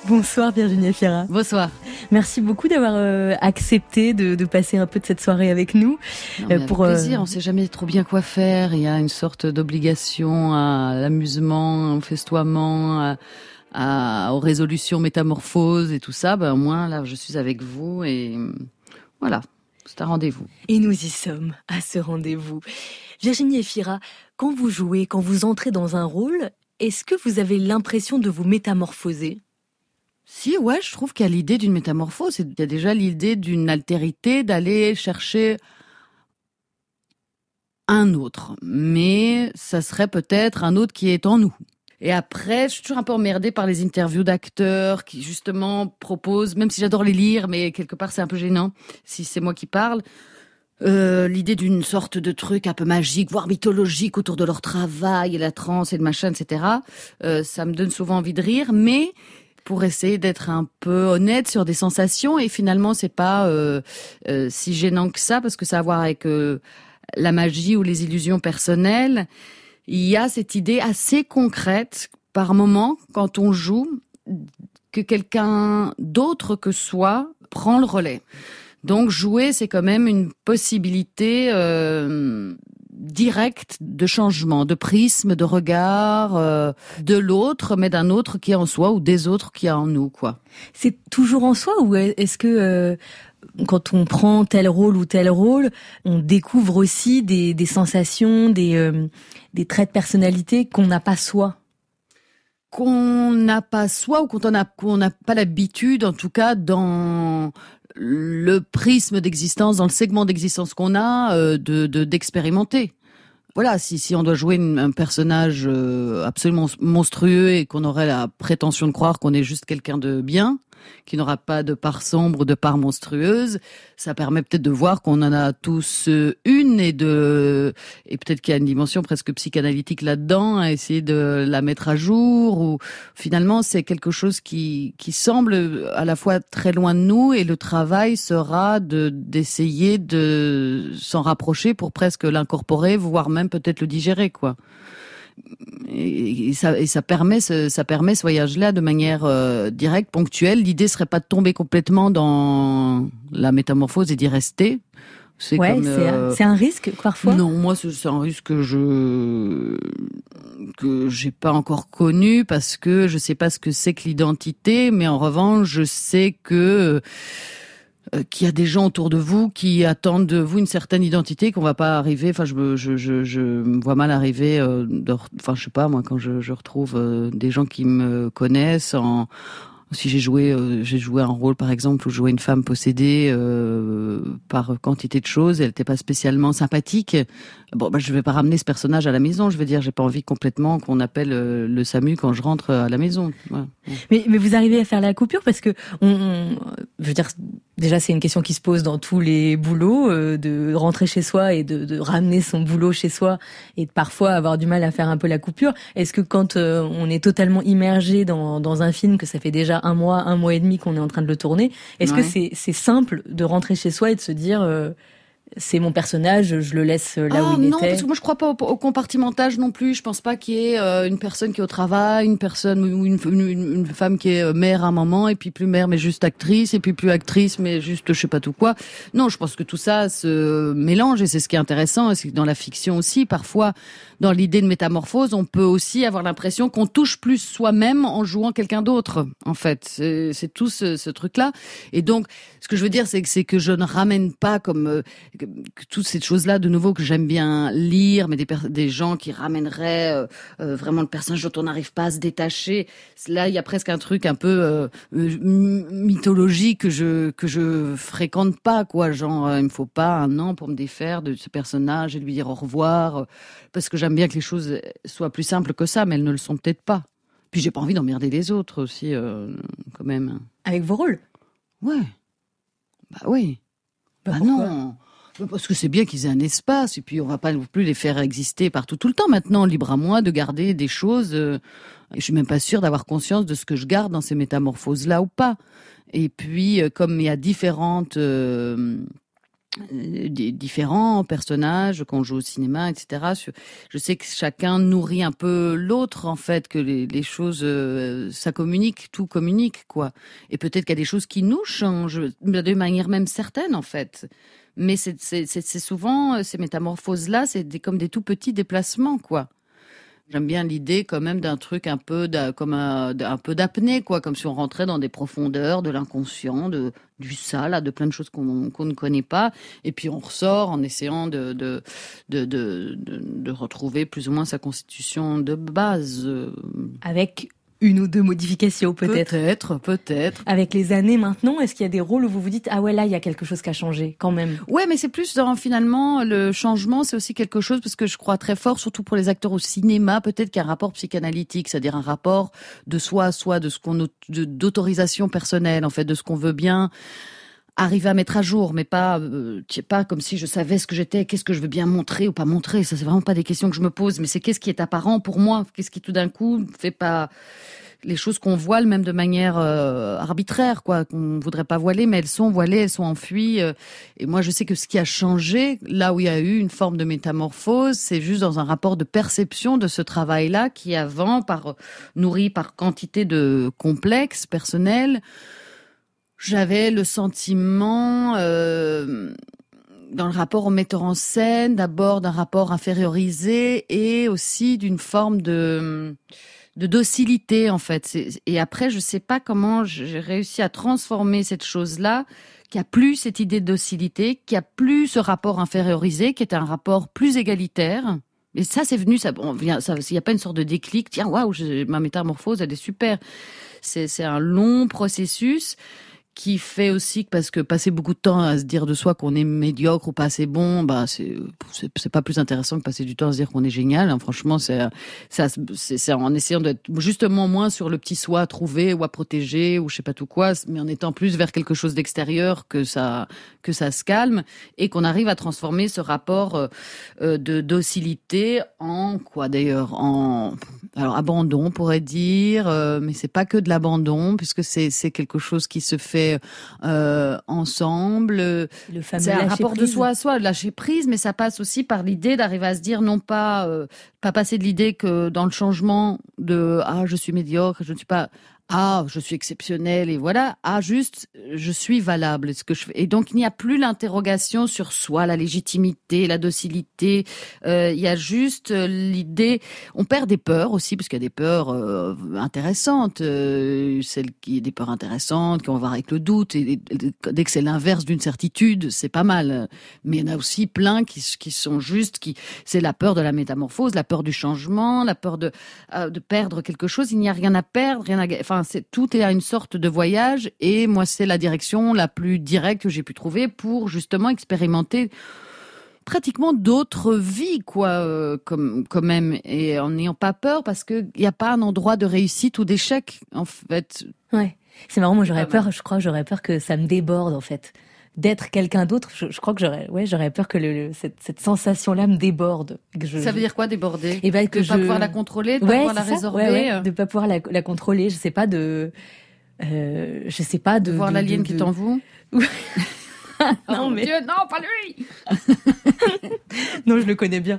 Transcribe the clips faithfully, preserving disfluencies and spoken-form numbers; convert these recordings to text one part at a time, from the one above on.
Bonsoir Virginie Efira. Bonsoir. Merci beaucoup d'avoir euh, accepté de, de passer un peu de cette soirée avec nous. Non, euh, pour avec plaisir, euh... on sait jamais trop bien quoi faire. Il y a une sorte d'obligation à l'amusement, au festoiement, à, à, aux résolutions métamorphoses et tout ça. Ben, au moins, là, je suis avec vous et voilà, c'est un rendez-vous. Et nous y sommes, à ce rendez-vous. Virginie Efira, quand vous jouez, quand vous entrez dans un rôle, est-ce que vous avez l'impression de vous métamorphoser ? Si, ouais, je trouve qu'il y a l'idée d'une métamorphose. Il y a déjà l'idée d'une altérité, d'aller chercher un autre. Mais ça serait peut-être un autre qui est en nous. Et après, je suis toujours un peu emmerdée par les interviews d'acteurs qui, justement, proposent, même si j'adore les lire, mais quelque part, c'est un peu gênant, si c'est moi qui parle, euh, l'idée d'une sorte de truc un peu magique, voire mythologique autour de leur travail, et la transe et le machin, et cetera. Euh, ça me donne souvent envie de rire, mais pour essayer d'être un peu honnête sur des sensations, et finalement c'est pas euh, euh, si gênant que ça, parce que ça a à voir avec euh, la magie ou les illusions personnelles. Il y a cette idée assez concrète, par moment, quand on joue, que quelqu'un d'autre que soi prend le relais. Donc jouer, c'est quand même une possibilité euh, direct de changement, de prisme, de regard, euh, de l'autre, mais d'un autre qui est en soi ou des autres qui est en nous, quoi. C'est toujours en soi ou est-ce que euh, quand on prend tel rôle ou tel rôle, on découvre aussi des, des sensations, des, euh, des traits de personnalité qu'on n'a pas soi? Qu'on n'a pas soi ou qu'on n'a qu'on n'a pas l'habitude, en tout cas dans le prisme d'existence, dans le segment d'existence qu'on a, euh, de, de d'expérimenter. Voilà, si si on doit jouer une, un personnage euh, absolument monstrueux et qu'on aurait la prétention de croire qu'on est juste quelqu'un de bien, qui n'aura pas de part sombre ou de part monstrueuse, ça permet peut-être de voir qu'on en a tous une et de et peut-être qu'il y a une dimension presque psychanalytique là-dedans, à essayer de la mettre à jour, ou finalement c'est quelque chose qui qui semble à la fois très loin de nous, et le travail sera de d'essayer de s'en rapprocher pour presque l'incorporer, voire même peut-être le digérer, quoi. Et ça, et ça permet ce, ça permet ce voyage-là de manière euh, directe, ponctuelle. L'idée serait pas de tomber complètement dans la métamorphose et d'y rester. C'est ouais, comme, c'est, euh... un, c'est un risque parfois. Non, moi c'est, c'est un risque que je que j'ai pas encore connu, parce que je sais pas ce que c'est que l'identité, mais en revanche je sais que Euh, qu'il y a des gens autour de vous qui attendent de vous une certaine identité, qu'on va pas arriver. Enfin, je me, je, je, je me vois mal arriver. Euh, de, enfin, je sais pas moi, quand je, je retrouve euh, des gens qui me connaissent. En, si j'ai joué, euh, j'ai joué un rôle par exemple où je jouais une femme possédée euh, par quantité de choses, elle n'était pas spécialement sympathique. Bon, bah, je vais pas ramener ce personnage à la maison. Je veux dire, j'ai pas envie complètement qu'on appelle euh, le SAMU quand je rentre à la maison. Ouais. Mais, mais vous arrivez à faire la coupure, parce que on, on, je veux dire. Déjà, c'est une question qui se pose dans tous les boulots, euh, de rentrer chez soi et de, de ramener son boulot chez soi, et de parfois avoir du mal à faire un peu la coupure. Est-ce que quand euh, on est totalement immergé dans, dans un film, que ça fait déjà un mois, un mois et demi qu'on est en train de le tourner, est-ce ouais. que c'est, c'est simple de rentrer chez soi et de se dire... Euh, c'est mon personnage, je le laisse là ah, où il non, était. Non, parce que moi je crois pas au, au compartimentage non plus. Je pense pas qu'il y ait euh, une personne qui est au travail, une personne ou une, une, une femme qui est mère à un moment, et puis plus mère mais juste actrice, et puis plus actrice mais juste je sais pas tout quoi. Non, je pense que tout ça se mélange, et c'est ce qui est intéressant. C'est que dans la fiction aussi, parfois, dans l'idée de métamorphose, on peut aussi avoir l'impression qu'on touche plus soi-même en jouant quelqu'un d'autre. En fait, c'est, c'est tout ce, ce truc-là. Et donc, ce que je veux dire, c'est que c'est que je ne ramène pas comme euh, que, que toutes ces choses-là, de nouveau, que j'aime bien lire, mais des, per- des gens qui ramèneraient euh, euh, vraiment le personnage dont on n'arrive pas à se détacher. Là, il y a presque un truc un peu euh, mythologique que je que je fréquente pas, quoi. Genre, euh, il me faut pas un an pour me défaire de ce personnage et lui dire au revoir, euh, parce que j'aime bien que les choses soient plus simples que ça, mais elles ne le sont peut-être pas. Puis j'ai pas envie d'emmerder les autres aussi, euh, quand même. Avec vos rôles ? Ouais. Bah oui. Bah, bah pourquoi ? non. Parce que c'est bien qu'ils aient un espace, et puis on va pas non plus les faire exister partout tout le temps. Maintenant, libre à moi de garder des choses. Euh, et je suis même pas sûre d'avoir conscience de ce que je garde dans ces métamorphoses-là ou pas. Et puis, euh, comme il y a différentes... Euh, euh, des différents personnages qu'on joue au cinéma, et cetera. Je, je sais que chacun nourrit un peu l'autre, en fait, que les, les choses, euh, ça communique, tout communique, quoi. Et peut-être qu'il y a des choses qui nous changent, de manière même certaine, en fait. Mais c'est, c'est, c'est, c'est souvent, ces métamorphoses-là, c'est des, comme des tout petits déplacements, quoi. J'aime bien l'idée quand même d'un truc un peu d'a, comme un, un peu d'apnée, quoi, comme si on rentrait dans des profondeurs de l'inconscient, de du ça, là, de plein de choses qu'on, qu'on ne connaît pas, et puis on ressort en essayant de de, de de de de retrouver plus ou moins sa constitution de base. Avec une ou deux modifications peut-être. Peut-être, peut-être. Avec les années maintenant, est-ce qu'il y a des rôles où vous vous dites ah ouais là il y a quelque chose qui a changé quand même? Ouais, mais c'est plus dans finalement le changement, c'est aussi quelque chose parce que je crois très fort, surtout pour les acteurs au cinéma, peut-être qu'il y a un rapport psychanalytique, c'est-à-dire un rapport de soi à soi, de ce qu'on de, d'autorisation personnelle en fait, de ce qu'on veut bien arriver à mettre à jour, mais pas euh, pas comme si je savais ce que j'étais, qu'est-ce que je veux bien montrer ou pas montrer. Ça, c'est vraiment pas des questions que je me pose, mais c'est qu'est-ce qui est apparent pour moi, qu'est-ce qui tout d'un coup fait pas les choses qu'on voile même de manière euh, arbitraire, quoi, qu'on voudrait pas voiler, mais elles sont voilées, elles sont enfuies. Euh, et moi, je sais que ce qui a changé, là où il y a eu une forme de métamorphose, c'est juste dans un rapport de perception de ce travail-là qui avant, par nourri par quantité de complexes personnels, j'avais le sentiment, euh, dans le rapport au metteur en scène, d'abord d'un rapport infériorisé et aussi d'une forme de, de docilité, en fait. C'est, et après, je sais pas comment j'ai réussi à transformer cette chose-là, qui a plus cette idée de docilité, qui a plus ce rapport infériorisé, qui est un rapport plus égalitaire. Et ça, c'est venu, ça, on vient, ça, il n'y a pas une sorte de déclic. Tiens, waouh, ma métamorphose, elle est super. C'est, c'est un long processus. Qui fait aussi que parce que passer beaucoup de temps à se dire de soi qu'on est médiocre ou pas assez bon, bah c'est c'est, c'est pas plus intéressant que passer du temps à se dire qu'on est génial. Hein. Franchement, c'est, c'est c'est c'est en essayant d'être justement moins sur le petit soi à trouver ou à protéger ou je sais pas tout quoi, mais en étant plus vers quelque chose d'extérieur que ça que ça se calme et qu'on arrive à transformer ce rapport euh, de docilité en quoi d'ailleurs en alors abandon on pourrait dire, euh, mais c'est pas que de l'abandon puisque c'est c'est quelque chose qui se fait Euh, ensemble. Le fameux c'est un rapport prise. de soi à soi, de lâcher prise, mais ça passe aussi par l'idée d'arriver à se dire non pas, euh, pas passer de l'idée que dans le changement de ah je suis médiocre, je ne suis pas ah je suis exceptionnel et voilà, ah juste je suis valable. Ce que je fais. Et donc il n'y a plus l'interrogation sur soi, la légitimité, la docilité. Euh, il y a juste l'idée. On perd des peurs aussi parce qu'il y a des peurs euh, intéressantes, euh, celles qui des peurs intéressantes qu'on va voir avec le doute. Et, et, dès que c'est l'inverse d'une certitude, c'est pas mal. Mais il y en a aussi plein qui qui sont juste qui c'est la peur de la métamorphose, la peur du changement, la peur de euh, de perdre quelque chose. Il n'y a rien à perdre, rien à enfin c'est tout est à une sorte de voyage et moi c'est la direction la plus directe que j'ai pu trouver pour justement expérimenter pratiquement d'autres vies quoi euh, comme quand même et en n'ayant pas peur parce que il y a pas un endroit de réussite ou d'échec en fait. Ouais, c'est marrant, moi j'aurais peur, je crois j'aurais peur que ça me déborde en fait. D'être quelqu'un d'autre, je, je crois que j'aurais, ouais, j'aurais peur que le, le, cette, cette sensation-là me déborde. Que je, ça veut dire quoi déborder? Et ben que de je pas pouvoir la contrôler, de ouais, pas pouvoir la ça, résorber, ouais, ouais, de pas pouvoir la, la contrôler. Je sais pas de, euh, je sais pas de, de voir de, l'alien de, qui de... t'envoue. Non, oh mais... Dieu, non, pas lui. Non, je le connais bien.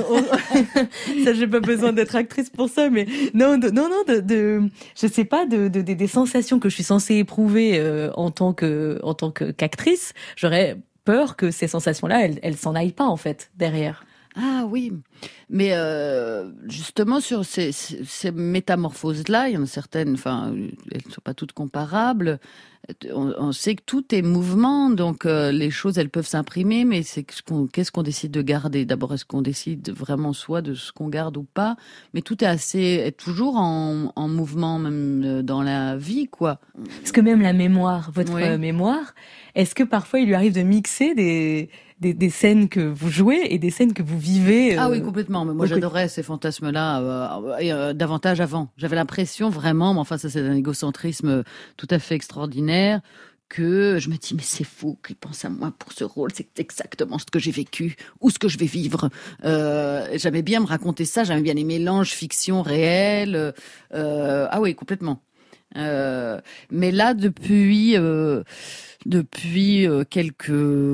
Ça, j'ai pas besoin d'être actrice pour ça, mais non, de, non, non, de, de, je sais pas, de, de, de, des sensations que je suis censée éprouver euh, en tant que, en tant que qu'actrice. J'aurais peur que ces sensations-là, elles, elles s'en aillent pas en fait derrière. Ah oui, mais euh, justement sur ces, ces, ces métamorphoses-là, il y en a certaines, enfin, elles ne sont pas toutes comparables. On, on sait que tout est mouvement, donc euh, les choses, elles peuvent s'imprimer, mais c'est ce qu'on, qu'est-ce qu'on décide de garder? D'abord, est-ce qu'on décide vraiment soit de ce qu'on garde ou pas? Mais tout est assez, est toujours en, en mouvement, même dans la vie, quoi. Parce que même la mémoire, votre Oui. mémoire, est-ce que parfois il lui arrive de mixer des Des, des scènes que vous jouez et des scènes que vous vivez. Euh, ah oui, complètement. Mais moi, j'adorais ces fantasmes-là euh, et, euh, davantage avant. J'avais l'impression vraiment, mais enfin, ça c'est un égocentrisme tout à fait extraordinaire, que je me dis, mais c'est fou qu'il pense à moi pour ce rôle, c'est exactement ce que j'ai vécu ou ce que je vais vivre. Euh, j'aimais bien me raconter ça, j'aimais bien les mélanges fiction réelle. Euh, ah oui, complètement. Euh, mais là, depuis... Euh, depuis euh, quelques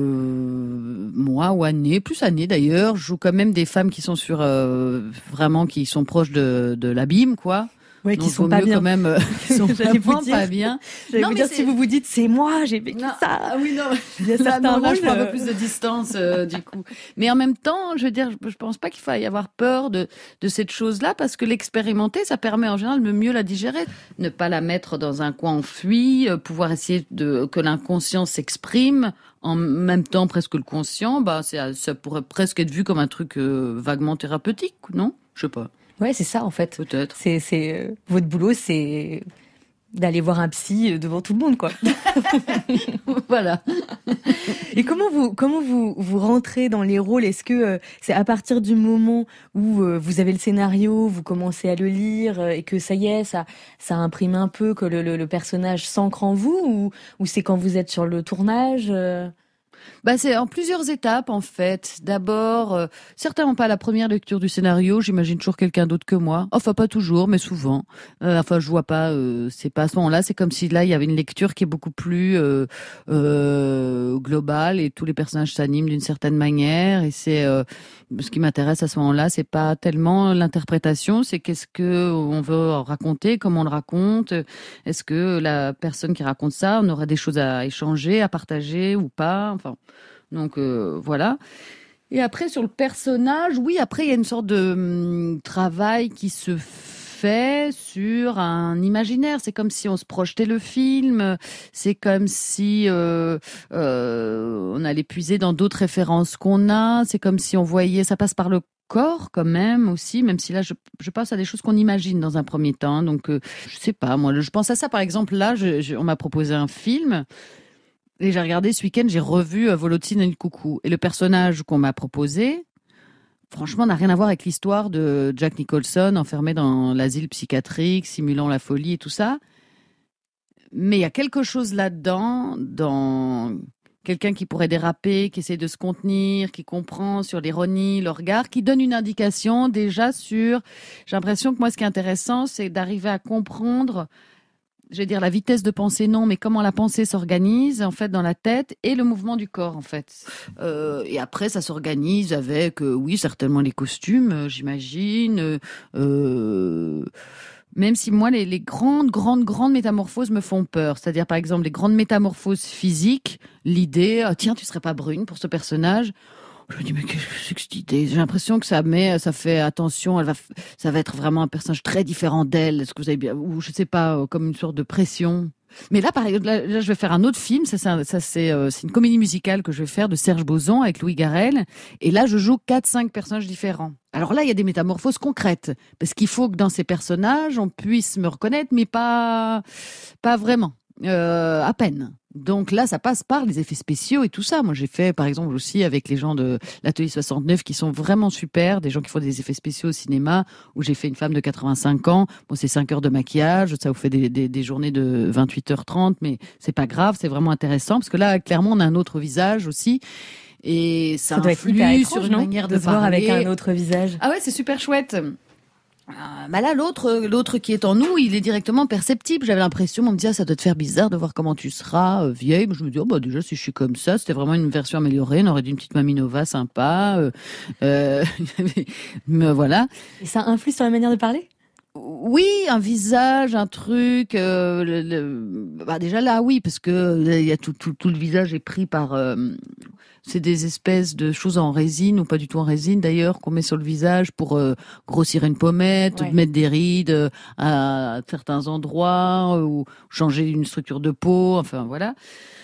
mois ou années, plus années d'ailleurs, je joue quand même des femmes qui sont sur euh, vraiment qui sont proches de, de l'abîme, quoi. Ouais, Donc, qui sont pas bien. Quand même, euh, qui sont J'allais vraiment vous dire, pas bien. J'allais Non, vous mais dire c'est- si vous vous dites c'est moi, j'ai vécu Non, ça. ah oui, non. Il y a Là, certains non, là, je rôles, prends un euh, peu plus de distance, euh, du coup. Mais en même temps, je veux dire, je, je pense pas qu'il faille avoir peur de, de cette chose-là, parce que l'expérimenter, ça permet en général de mieux la digérer. Ne pas la mettre dans un coin enfui, euh, pouvoir essayer de, que l'inconscient s'exprime en même temps presque le conscient, bah, c'est, ça pourrait presque être vu comme un truc euh, vaguement thérapeutique, non? Je sais pas. Ouais, c'est ça en fait. Peut-être. C'est, c'est euh, votre boulot, c'est d'aller voir un psy euh, devant tout le monde, quoi. Voilà. Et comment vous comment vous vous rentrez dans les rôles? Est-ce que euh, c'est à partir du moment où euh, vous avez le scénario, vous commencez à le lire euh, et que ça y est, ça ça imprime un peu que le, le, le personnage s'ancre en vous, ou ou c'est quand vous êtes sur le tournage euh Bah, c'est en plusieurs étapes, en fait. D'abord, euh, certainement pas la première lecture du scénario. J'imagine toujours quelqu'un d'autre que moi. Enfin, pas toujours, mais souvent. Euh, enfin, je vois pas, euh, c'est pas à ce moment-là. C'est comme si là, il y avait une lecture qui est beaucoup plus euh, euh, globale et tous les personnages s'animent d'une certaine manière. Et c'est euh, ce qui m'intéresse à ce moment-là, c'est pas tellement l'interprétation, c'est qu'est-ce que on veut raconter, comment on le raconte. Est-ce que la personne qui raconte ça, on aurait des choses à échanger, à partager ou pas. Enfin, donc euh, voilà. Et après sur le personnage, oui, après il y a une sorte de hum, travail qui se fait sur un imaginaire. C'est comme si on se projetait le film. C'est comme si euh, euh, on allait puiser dans d'autres références qu'on a. C'est comme si on voyait. Ça passe par le corps quand même aussi, même si là je, je passe à des choses qu'on imagine dans un premier temps. Donc euh, je sais pas, moi je pense à ça par exemple. Là, je, je, on m'a proposé un film. Et j'ai regardé ce week-end, j'ai revu euh, Volotine et le coucou. Et le personnage qu'on m'a proposé, franchement, n'a rien à voir avec l'histoire de Jack Nicholson enfermé dans l'asile psychiatrique, simulant la folie et tout ça. Mais il y a quelque chose là-dedans, dans quelqu'un qui pourrait déraper, qui essaie de se contenir, qui comprend sur l'ironie, le regard, qui donne une indication déjà sur... J'ai l'impression que moi, ce qui est intéressant, c'est d'arriver à comprendre... Je vais dire la vitesse de pensée, non, mais comment la pensée s'organise en fait dans la tête et le mouvement du corps en fait. Euh, et après, ça s'organise avec, euh, oui, certainement les costumes, euh, j'imagine. Euh, même si moi, les, les grandes, grandes, grandes métamorphoses me font peur. C'est-à-dire, par exemple, les grandes métamorphoses physiques, l'idée, ah, tiens, tu serais pas brune pour ce personnage. Je me dis, mais qu'est-ce que c'est que cette idée? J'ai l'impression que ça met, ça fait attention, elle va, ça va être vraiment un personnage très différent d'elle. Est-ce que vous avez bien, ou je sais pas, comme une sorte de pression. Mais là, par exemple, là, là, je vais faire un autre film. Ça, c'est, un, ça, c'est, euh, c'est une comédie musicale que je vais faire de Serge Boson avec Louis Garrel. Et là, je joue quatre, cinq personnages différents. Alors là, il y a des métamorphoses concrètes. Parce qu'il faut que dans ces personnages, on puisse me reconnaître, mais pas, pas vraiment. Euh, à peine. Donc là, ça passe par les effets spéciaux et tout ça. Moi, j'ai fait, par exemple, aussi avec les gens de l'Atelier soixante-neuf qui sont vraiment super, des gens qui font des effets spéciaux au cinéma, où j'ai fait une femme de quatre-vingt-cinq ans. Bon, c'est cinq heures de maquillage, ça vous fait des, des, des journées de vingt-huit heures trente, mais c'est pas grave, c'est vraiment intéressant, parce que là, clairement, on a un autre visage aussi. Et ça, ça doit être hyper influe étrange, sur une non, manière de, de se voir parler. avec un autre visage. Ah ouais, c'est super chouette. Euh, bah là, l'autre, l'autre qui est en nous, il est directement perceptible. J'avais l'impression, on me dit, ah, ça doit te faire bizarre de voir comment tu seras euh, vieille. Je me dis, oh, bah, déjà, si je suis comme ça, c'était vraiment une version améliorée. On aurait dit une petite Mamie Nova sympa. Euh, euh, mais voilà. Et ça influe sur la manière de parler? Oui, un visage, un truc. Euh, le, le, bah déjà là, oui, parce que il y a tout, tout, tout le visage est pris par. Euh, c'est des espèces de choses en résine ou pas du tout en résine d'ailleurs qu'on met sur le visage pour euh, grossir une pommette, Ouais. mettre des rides euh, à certains endroits euh, ou changer une structure de peau. Enfin voilà.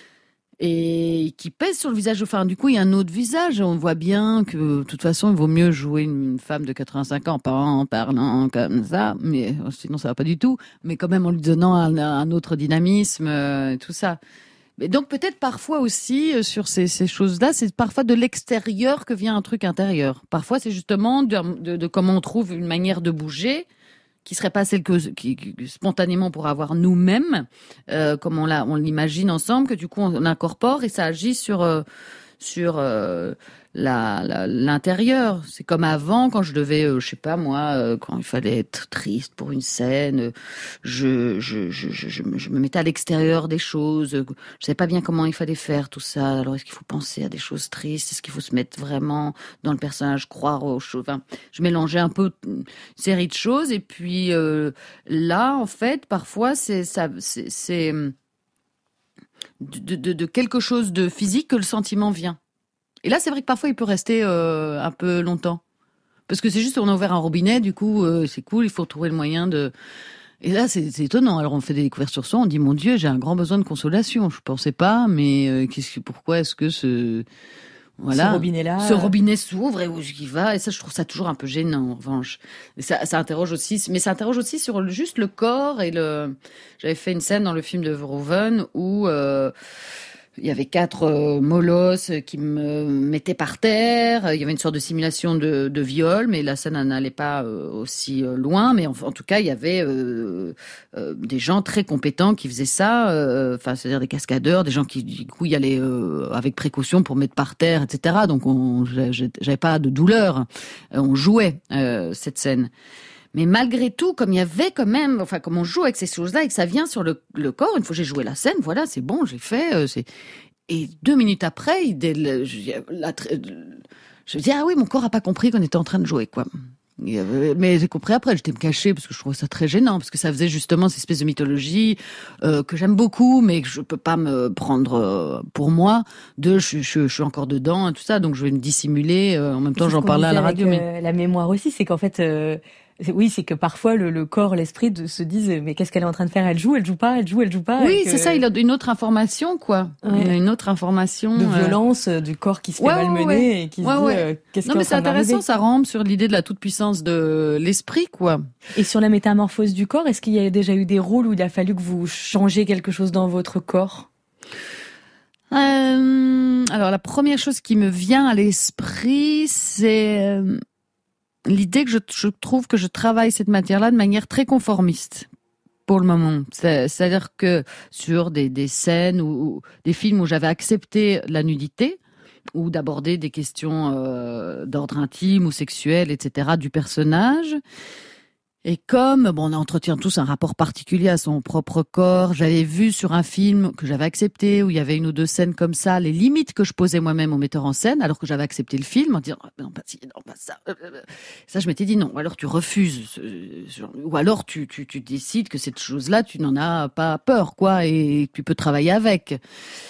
Et qui pèse sur le visage. Enfin, du coup, il y a un autre visage. On voit bien que, de toute façon, il vaut mieux jouer une femme de quatre-vingt-cinq ans, pas en parlant comme ça, mais sinon ça va pas du tout. Mais quand même en lui donnant un, un autre dynamisme, euh, tout ça. Mais donc peut-être parfois aussi euh, sur ces, ces choses-là, c'est parfois de l'extérieur que vient un truc intérieur. Parfois, c'est justement de, de, de comment on trouve une manière de bouger qui serait pas celle que, qui, qui spontanément on pourrait avoir nous-mêmes, euh, comme on l'a, on l'imagine ensemble, que du coup on incorpore et ça agit sur euh, sur euh, la, la, l'intérieur. C'est comme avant, quand je devais, euh, je sais pas moi, euh, quand il fallait être triste pour une scène, euh, je, je, je, je, je, me, je me mettais à l'extérieur des choses. Euh, je savais pas bien comment il fallait faire tout ça. Alors, est-ce qu'il faut penser à des choses tristes? Est-ce qu'il faut se mettre vraiment dans le personnage, croire aux choses? Enfin, je mélangeais un peu une série de choses. Et puis euh, là, en fait, parfois, c'est ça, c'est, c'est de, de, de quelque chose de physique que le sentiment vient. Et là, c'est vrai que parfois, il peut rester euh, un peu longtemps. Parce que c'est juste, on a ouvert un robinet, du coup, euh, c'est cool, il faut trouver le moyen de... Et là, c'est, c'est étonnant. Alors, on fait des découvertes sur soi, on dit, mon Dieu, j'ai un grand besoin de consolation. Je pensais pas, mais euh, qu'est-ce que, pourquoi est-ce que ce... Voilà. Ce robinet-là. Ce robinet s'ouvre et où j'y va. Et ça, je trouve ça toujours un peu gênant, en revanche. Et ça, ça interroge aussi, mais ça interroge aussi sur le, juste le corps et le... J'avais fait une scène dans le film de Verhoeven où... Euh, il y avait quatre euh, molosses qui me mettaient par terre. Il y avait une sorte de simulation de, de viol, mais la scène n'allait pas euh, aussi euh, loin. Mais en, en tout cas, il y avait euh, euh, des gens très compétents qui faisaient ça. Enfin, euh, c'est-à-dire des cascadeurs, des gens qui du coup y allaient euh, avec précaution pour mettre par terre, et cetera. Donc, on, j'avais pas de douleur. On jouait euh, cette scène. Mais malgré tout, comme il y avait quand même, enfin, comme on joue avec ces choses-là et que ça vient sur le, le corps, une fois que j'ai joué la scène, voilà, c'est bon, j'ai fait, euh, c'est... Et deux minutes après, il, dès je, la, je me dis, ah oui, mon corps a pas compris qu'on était en train de jouer, quoi. Mais j'ai compris après, j'étais me cacher parce que je trouvais ça très gênant, parce que ça faisait justement cette espèce de mythologie euh, que j'aime beaucoup, mais que je peux pas me prendre euh, pour moi. De, je, je, je suis encore dedans et tout ça, donc je vais me dissimuler. Euh, en même temps, j'en parlais à la radio. Avec, mais euh, la mémoire aussi, c'est qu'en fait, euh, oui, c'est que parfois le, le corps, l'esprit de, se disent, mais qu'est-ce qu'elle est en train de faire? Elle joue, elle joue pas, elle joue, elle joue pas. Oui, que... c'est ça. Il a une autre information, quoi. Ouais. Il a une autre information de violence euh... du corps qui se fait ouais, malmener ouais. et qui ouais, se dit ouais. euh, qu'est-ce non, qui est mais en c'est train intéressant. Ça rampe sur l'idée de la toute puissance de l'esprit, quoi. Et sur la métamorphose du corps, est-ce qu'il y a déjà eu des rôles où il a fallu que vous changiez quelque chose dans votre corps? Euh, alors la première chose qui me vient à l'esprit, c'est euh, l'idée que je, je trouve que je travaille cette matière-là de manière très conformiste pour le moment. C'est, c'est-à-dire que sur des, des scènes ou, ou des films où j'avais accepté la nudité ou d'aborder des questions euh, d'ordre intime ou sexuel, et cetera du personnage. Et comme bon, on entretient tous un rapport particulier à son propre corps, j'avais vu sur un film que j'avais accepté où il y avait une ou deux scènes comme ça, les limites que je posais moi-même au metteur en scène, alors que j'avais accepté le film en disant oh, non pas si, non pas ça. Ça, je m'étais dit non. Ou alors tu refuses, ou alors tu tu tu décides que cette chose-là, tu n'en as pas peur, quoi, et tu peux travailler avec.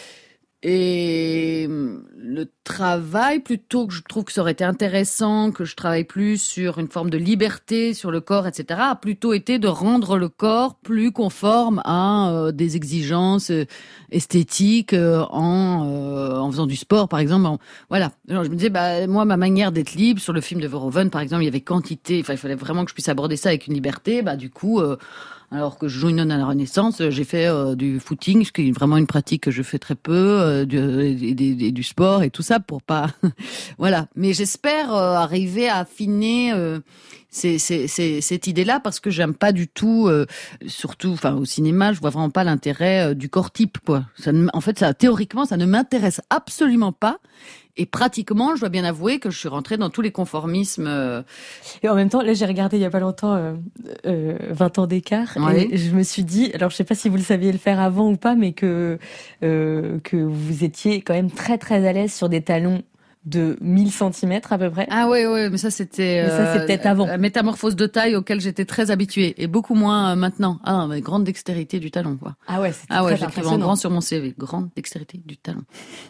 Et le travail, plutôt que je trouve que ça aurait été intéressant, que je travaille plus sur une forme de liberté sur le corps, et cetera, a plutôt été de rendre le corps plus conforme à euh, des exigences euh, esthétiques euh, en, euh, en faisant du sport, par exemple. En, voilà. Alors, je me disais, bah, moi, ma manière d'être libre, sur le film de Verhoeven, par exemple, il y avait quantité, enfin, il fallait vraiment que je puisse aborder ça avec une liberté, bah, du coup... Euh, Alors que je joue une nonne à la Renaissance, j'ai fait euh, du footing, ce qui est vraiment une pratique que je fais très peu, euh, du, et, et, et du sport et tout ça pour pas, voilà. Mais j'espère euh, arriver à affiner euh, c'est, c'est, c'est, cette idée-là parce que j'aime pas du tout, euh, surtout, enfin au cinéma, je vois vraiment pas l'intérêt euh, du corps type, quoi. Ça, en fait, ça théoriquement, ça ne m'intéresse absolument pas. Et pratiquement, je dois bien avouer que je suis rentrée dans tous les conformismes. Euh... Et en même temps, là, j'ai regardé il y a pas longtemps euh, euh, vingt ans d'écart, ouais. Et je me suis dit, alors je sais pas si vous le saviez le faire avant ou pas, mais que euh, que vous étiez quand même très très à l'aise sur des talons de mille centimètres à peu près. Ah ouais, ouais, mais ça c'était. Mais ça c'est peut-être avant. La métamorphose de taille auquel j'étais très habituée et beaucoup moins euh, maintenant. Ah, mais grande dextérité du talon, quoi. Ah ouais, c'était ah ouais, très j'écrivais en grand sur mon C V, grande dextérité du talon.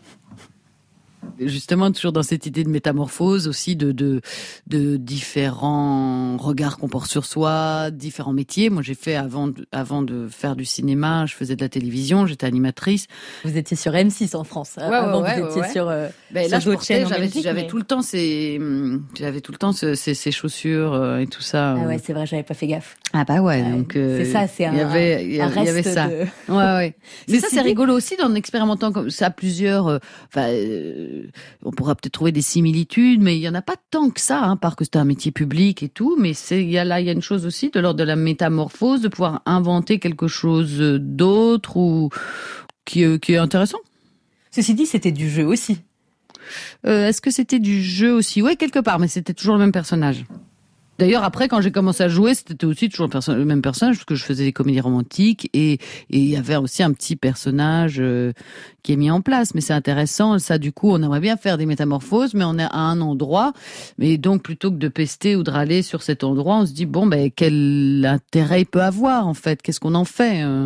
Justement, toujours dans cette idée de métamorphose aussi, de, de, de différents regards qu'on porte sur soi, différents métiers. Moi, j'ai fait avant de, avant de faire du cinéma, je faisais de la télévision, j'étais animatrice. Vous étiez sur M six en France. Ouais, avant, ouais, vous étiez ouais. sur, euh, ben, sur là, je d'autres portais, chaînes. J'avais, Belgique, j'avais mais... tout le temps ces, j'avais tout le temps ces, ces, ces chaussures euh, et tout ça. Ah ouais, c'est vrai, j'avais pas fait gaffe. Ah bah ouais, ouais donc euh, c'est ça, c'est un, il y avait, il y avait, un il y avait ça. De... Ouais, ouais. Mais ça, c'est dit... rigolo aussi d'en expérimentant comme ça plusieurs. Enfin, euh, euh, on pourra peut-être trouver des similitudes, mais il y en a pas tant que ça, hein, parce que c'est un métier public et tout. Mais c'est, il y a là, il y a une chose aussi de l'ordre de la métamorphose, de pouvoir inventer quelque chose d'autre ou qui, qui est intéressant. Ceci dit, c'était du jeu aussi. Euh, est-ce que c'était du jeu aussi? Ouais, quelque part, mais c'était toujours le même personnage. D'ailleurs, après, quand j'ai commencé à jouer, c'était aussi toujours le, perso- le même personnage, parce que je faisais des comédies romantiques, et et il y avait aussi un petit personnage euh, qui est mis en place. Mais c'est intéressant, ça, du coup, on aimerait bien faire des métamorphoses, mais on est à un endroit. Mais donc, plutôt que de pester ou de râler sur cet endroit, on se dit, bon, ben, quel intérêt il peut avoir, en fait? Qu'est-ce qu'on en fait euh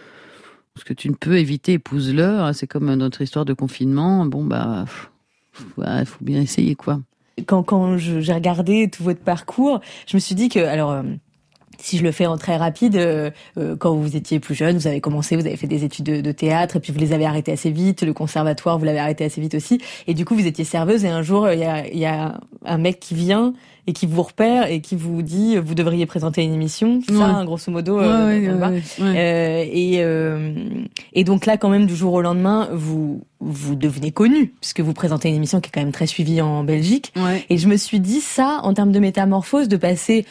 Parce que tu ne peux éviter, épouse-le. Hein, c'est comme notre histoire de confinement. Bon, bah, il ouais, faut bien essayer, quoi. Quand, quand je, j'ai regardé tout votre parcours, je me suis dit que, alors, euh, si je le fais en très rapide, euh, euh, quand vous étiez plus jeune, vous avez commencé, vous avez fait des études de, de théâtre, et puis vous les avez arrêtées assez vite, le conservatoire, vous l'avez arrêté assez vite aussi, et du coup, vous étiez serveuse, et un jour, il y a, il y a un mec qui vient, et qui vous repère, et qui vous dit, vous devriez présenter une émission, c'est ouais. ça, hein, grosso modo, ouais, euh, ouais, dans, dans ouais, le ouais. euh, et, euh, et donc là, quand même, du jour au lendemain, vous, vous devenez connu, puisque vous présentez une émission qui est quand même très suivie en Belgique. Ouais. Et je me suis dit ça, en termes de métamorphose, de passer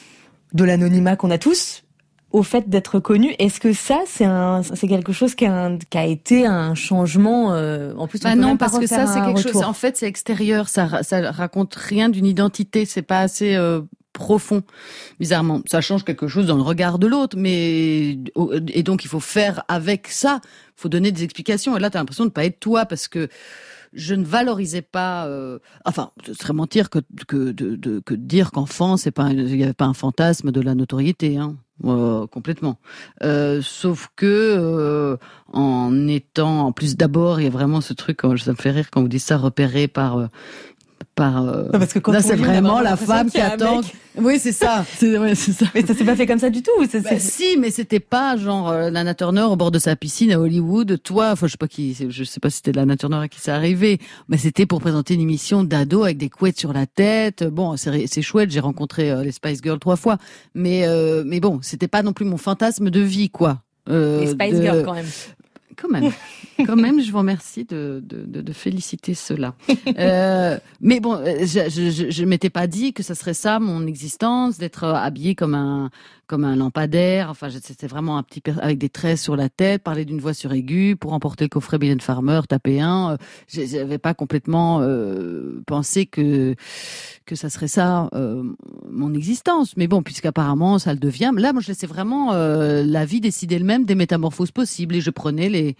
de l'anonymat qu'on a tous au fait d'être connu. Est-ce que ça, c'est un, c'est quelque chose qui a, un, qui a été un changement euh, en plus on bah peut non, même pas parce que ça, c'est quelque retour. chose. En fait, c'est extérieur. Ça, ça raconte rien d'une identité. C'est pas assez euh, profond. Bizarrement, ça change quelque chose dans le regard de l'autre, mais et donc il faut faire avec ça. Il faut donner des explications. Et là, t'as l'impression de pas être toi parce que je ne valorisais pas. Euh, enfin, ce serait mentir que que de, de que de dire qu'enfant, c'est pas, il y avait pas un fantasme de la notoriété, hein. Euh, complètement. Euh, sauf que euh, en étant, en plus d'abord, il y a vraiment ce truc, ça me fait rire quand vous dites ça, repéré par. Euh, par euh... non, parce que quand là, on c'est lit, vraiment la femme qui attend. Mec. Oui, c'est ça. C'est, ouais, c'est ça. Mais ça s'est pas fait comme ça du tout. Ça, bah, si, mais c'était pas genre euh, Lana Turner au bord de sa piscine à Hollywood. Toi, enfin, je sais pas qui, je sais pas si c'était Lana Turner à qui c'est arrivé, mais c'était pour présenter une émission d'ado avec des couettes sur la tête. Bon, c'est, c'est chouette. J'ai rencontré euh, les Spice Girls trois fois, mais euh, mais bon, c'était pas non plus mon fantasme de vie, quoi. Euh, les Spice de... Girls, quand même. Quand même, quand même, je vous remercie de, de, de, de féliciter cela. Euh, mais bon, je, je, je m'étais pas dit que ça serait ça mon existence, d'être habillée comme un comme un lampadaire. Enfin, c'était vraiment un petit avec des traits sur la tête, parler d'une voix suraiguë pour emporter le coffret Mylène Farmer, taper un. J'avais pas complètement euh, pensé que que ça serait ça euh, mon existence. Mais bon, puisqu'apparemment ça le devient. Là, moi, je laissais vraiment euh, la vie décider elle-même des métamorphoses possibles et je prenais les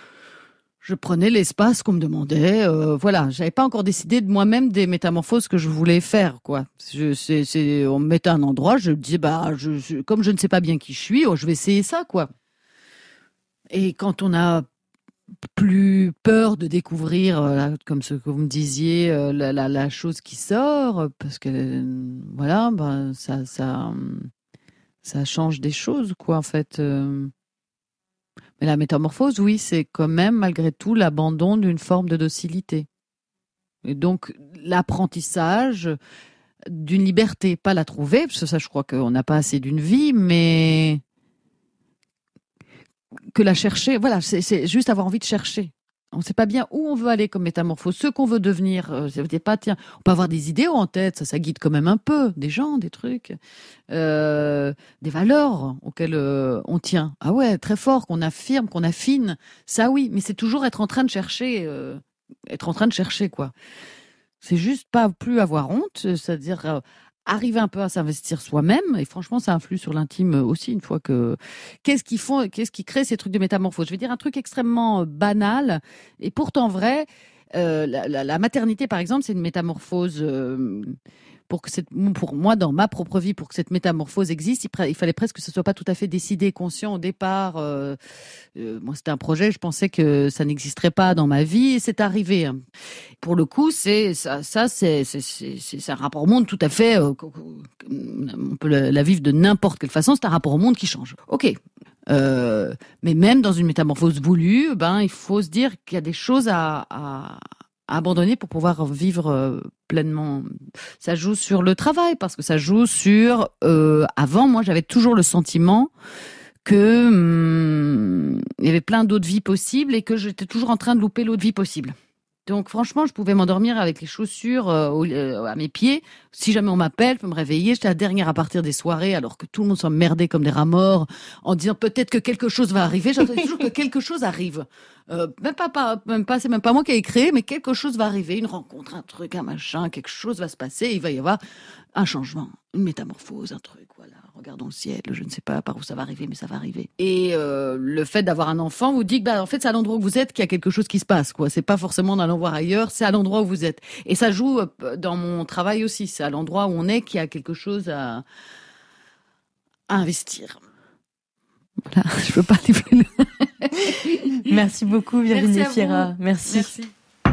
Je prenais l'espace qu'on me demandait. Euh, voilà, j'avais pas encore décidé de moi-même des métamorphoses que je voulais faire, quoi. Je, c'est, c'est, on me mettait à un endroit, je disais, bah, je, je, comme je ne sais pas bien qui je suis, oh, je vais essayer ça, quoi. Et quand on a plus peur de découvrir, euh, comme ce que vous me disiez, euh, la, la, la chose qui sort, parce que, euh, voilà, bah, ça, ça, ça change des choses, quoi, en fait. Euh... Mais la métamorphose, oui, c'est quand même, malgré tout, l'abandon d'une forme de docilité. Et donc, l'apprentissage d'une liberté, pas la trouver, parce que ça, je crois qu'on n'a pas assez d'une vie, mais que la chercher, voilà, c'est, c'est juste avoir envie de chercher. On ne sait pas bien où on veut aller comme métamorphose, ce qu'on veut devenir. Euh, c'est pas, tiens, on peut avoir des idéaux en tête, ça, ça guide quand même un peu, des gens, des trucs, euh, des valeurs auxquelles euh, on tient. Ah ouais, très fort, qu'on affirme, qu'on affine, ça oui, mais c'est toujours être en train de chercher, euh, être en train de chercher, quoi. C'est juste pas plus avoir honte, c'est-à-dire euh, arriver un peu à s'investir soi-même, et franchement, ça influe sur l'intime aussi, une fois que... Qu'est-ce qui font, qu'est-ce qui crée ces trucs de métamorphose ? Je vais dire un truc extrêmement banal, et pourtant vrai. Euh, la, la, la maternité, par exemple, c'est une métamorphose... Euh, pour que cette, pour moi, dans ma propre vie, pour que cette métamorphose existe, il, il fallait presque que ce soit pas tout à fait décidé, conscient au départ. Euh, euh, moi, c'était un projet, je pensais que ça n'existerait pas dans ma vie, et c'est arrivé. Pour le coup, c'est ça, ça c'est, c'est, c'est, c'est un rapport au monde tout à fait. Euh, on peut la, la vivre de n'importe quelle façon. C'est un rapport au monde qui change. Ok. Euh, mais même dans une métamorphose voulue, ben, il faut se dire qu'il y a des choses à, à à abandonner pour pouvoir vivre euh, pleinement. Ça joue sur le travail, parce que ça joue sur... Euh, avant, moi, j'avais toujours le sentiment que hum, il y avait plein d'autres vies possibles et que j'étais toujours en train de louper l'autre vie possible. Donc franchement, je pouvais m'endormir avec les chaussures euh, au, euh, à mes pieds. Si jamais on m'appelle, je peux me réveiller. J'étais la dernière à partir des soirées, alors que tout le monde s'emmerdait comme des rats morts, en disant peut-être que quelque chose va arriver. J'attendais toujours que quelque chose arrive. Euh, même pas, pas, même pas, c'est même pas moi qui ai créé, mais quelque chose va arriver, une rencontre, un truc, un machin, quelque chose va se passer. Il va y avoir un changement, une métamorphose, un truc. Voilà, regardons le ciel. Je ne sais pas par où ça va arriver, mais ça va arriver. Et euh, le fait d'avoir un enfant vous dit que bah en fait c'est à l'endroit où vous êtes qu'il y a quelque chose qui se passe, quoi. C'est pas forcément en allant voir ailleurs, c'est à l'endroit où vous êtes. Et ça joue dans mon travail aussi. C'est à l'endroit où on est qu'il y a quelque chose à, à investir. Voilà, je peux pas aller plus loin. Merci beaucoup Virginie Merci Fira. Merci. Merci.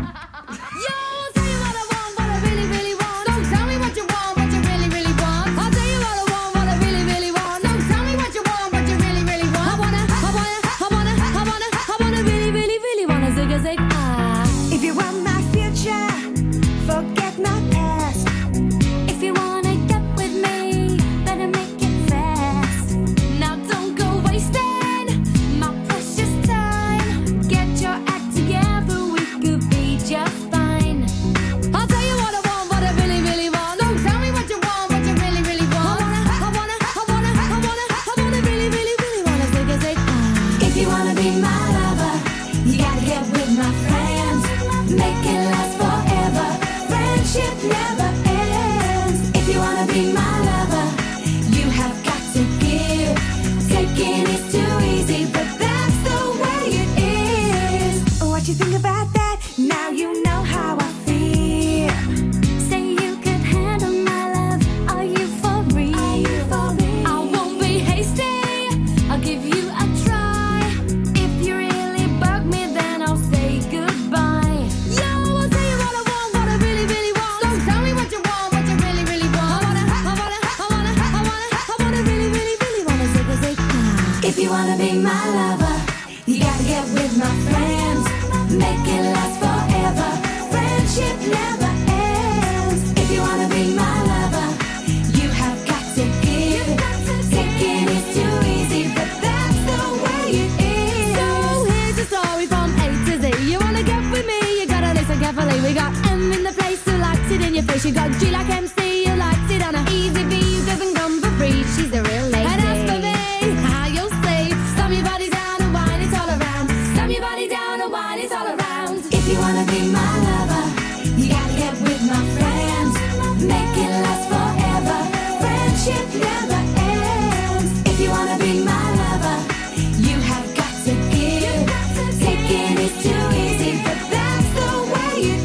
She got G like M C, you liked it on a easy V, doesn't come for free. She's a real lady. And as for me, how you'll see, slam your body down and wine it all around. Slam your body down and wine it all around. If you wanna be my lover, you gotta get with my friends. Make it last forever. Friendship never ends. If you wanna be my lover, you have got to give. Taking is too easy, but that's the way it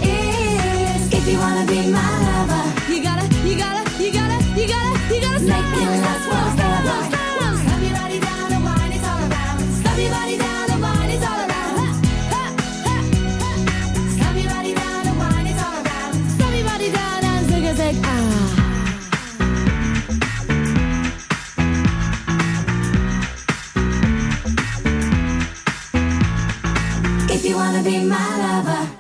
is. If you wanna be my lover, you gotta, you gotta, you gotta, you gotta, you gotta make it last forever. Slam your body down and wine it all around. Slam your body down and wine it all around. Slam your body down and wine it all around. Slam your body down and zig a zig ah.